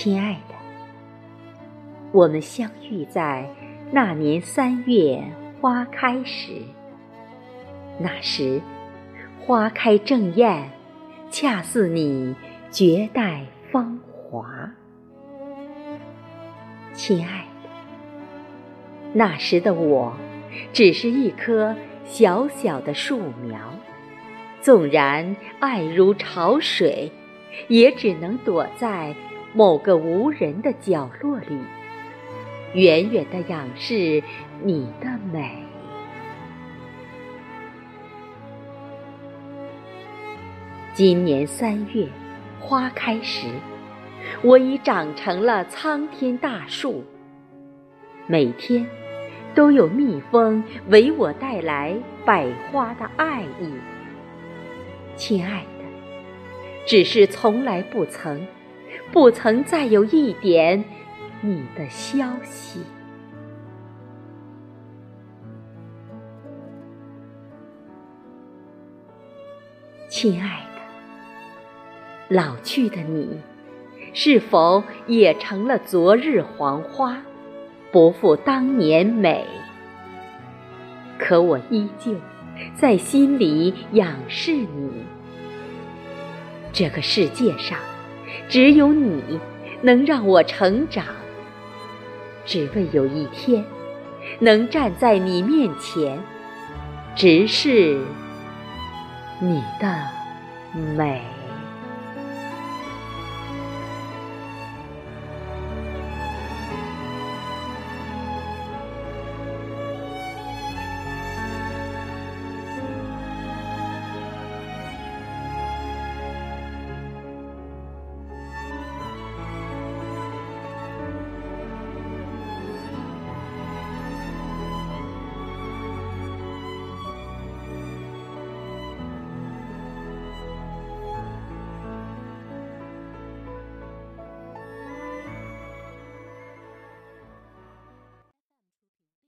亲爱的，我们相遇在那年3月花开时，那时花开正艳，恰似你绝代芳华。亲爱的，那时的我只是一棵小小的树苗，纵然爱如潮水，也只能躲在某个无人的角落里，远远地仰视你的美。今年3月花开时，我已长成了苍天大树，每天都有蜜蜂为我带来百花的爱意。亲爱的，只是从来不曾再有一点你的消息。亲爱的，老去的你，是否也成了昨日黄花，不复当年美？可我依旧在心里仰视你。这个世界上，只有你能让我成长，只为有一天能站在你面前，直视你的美。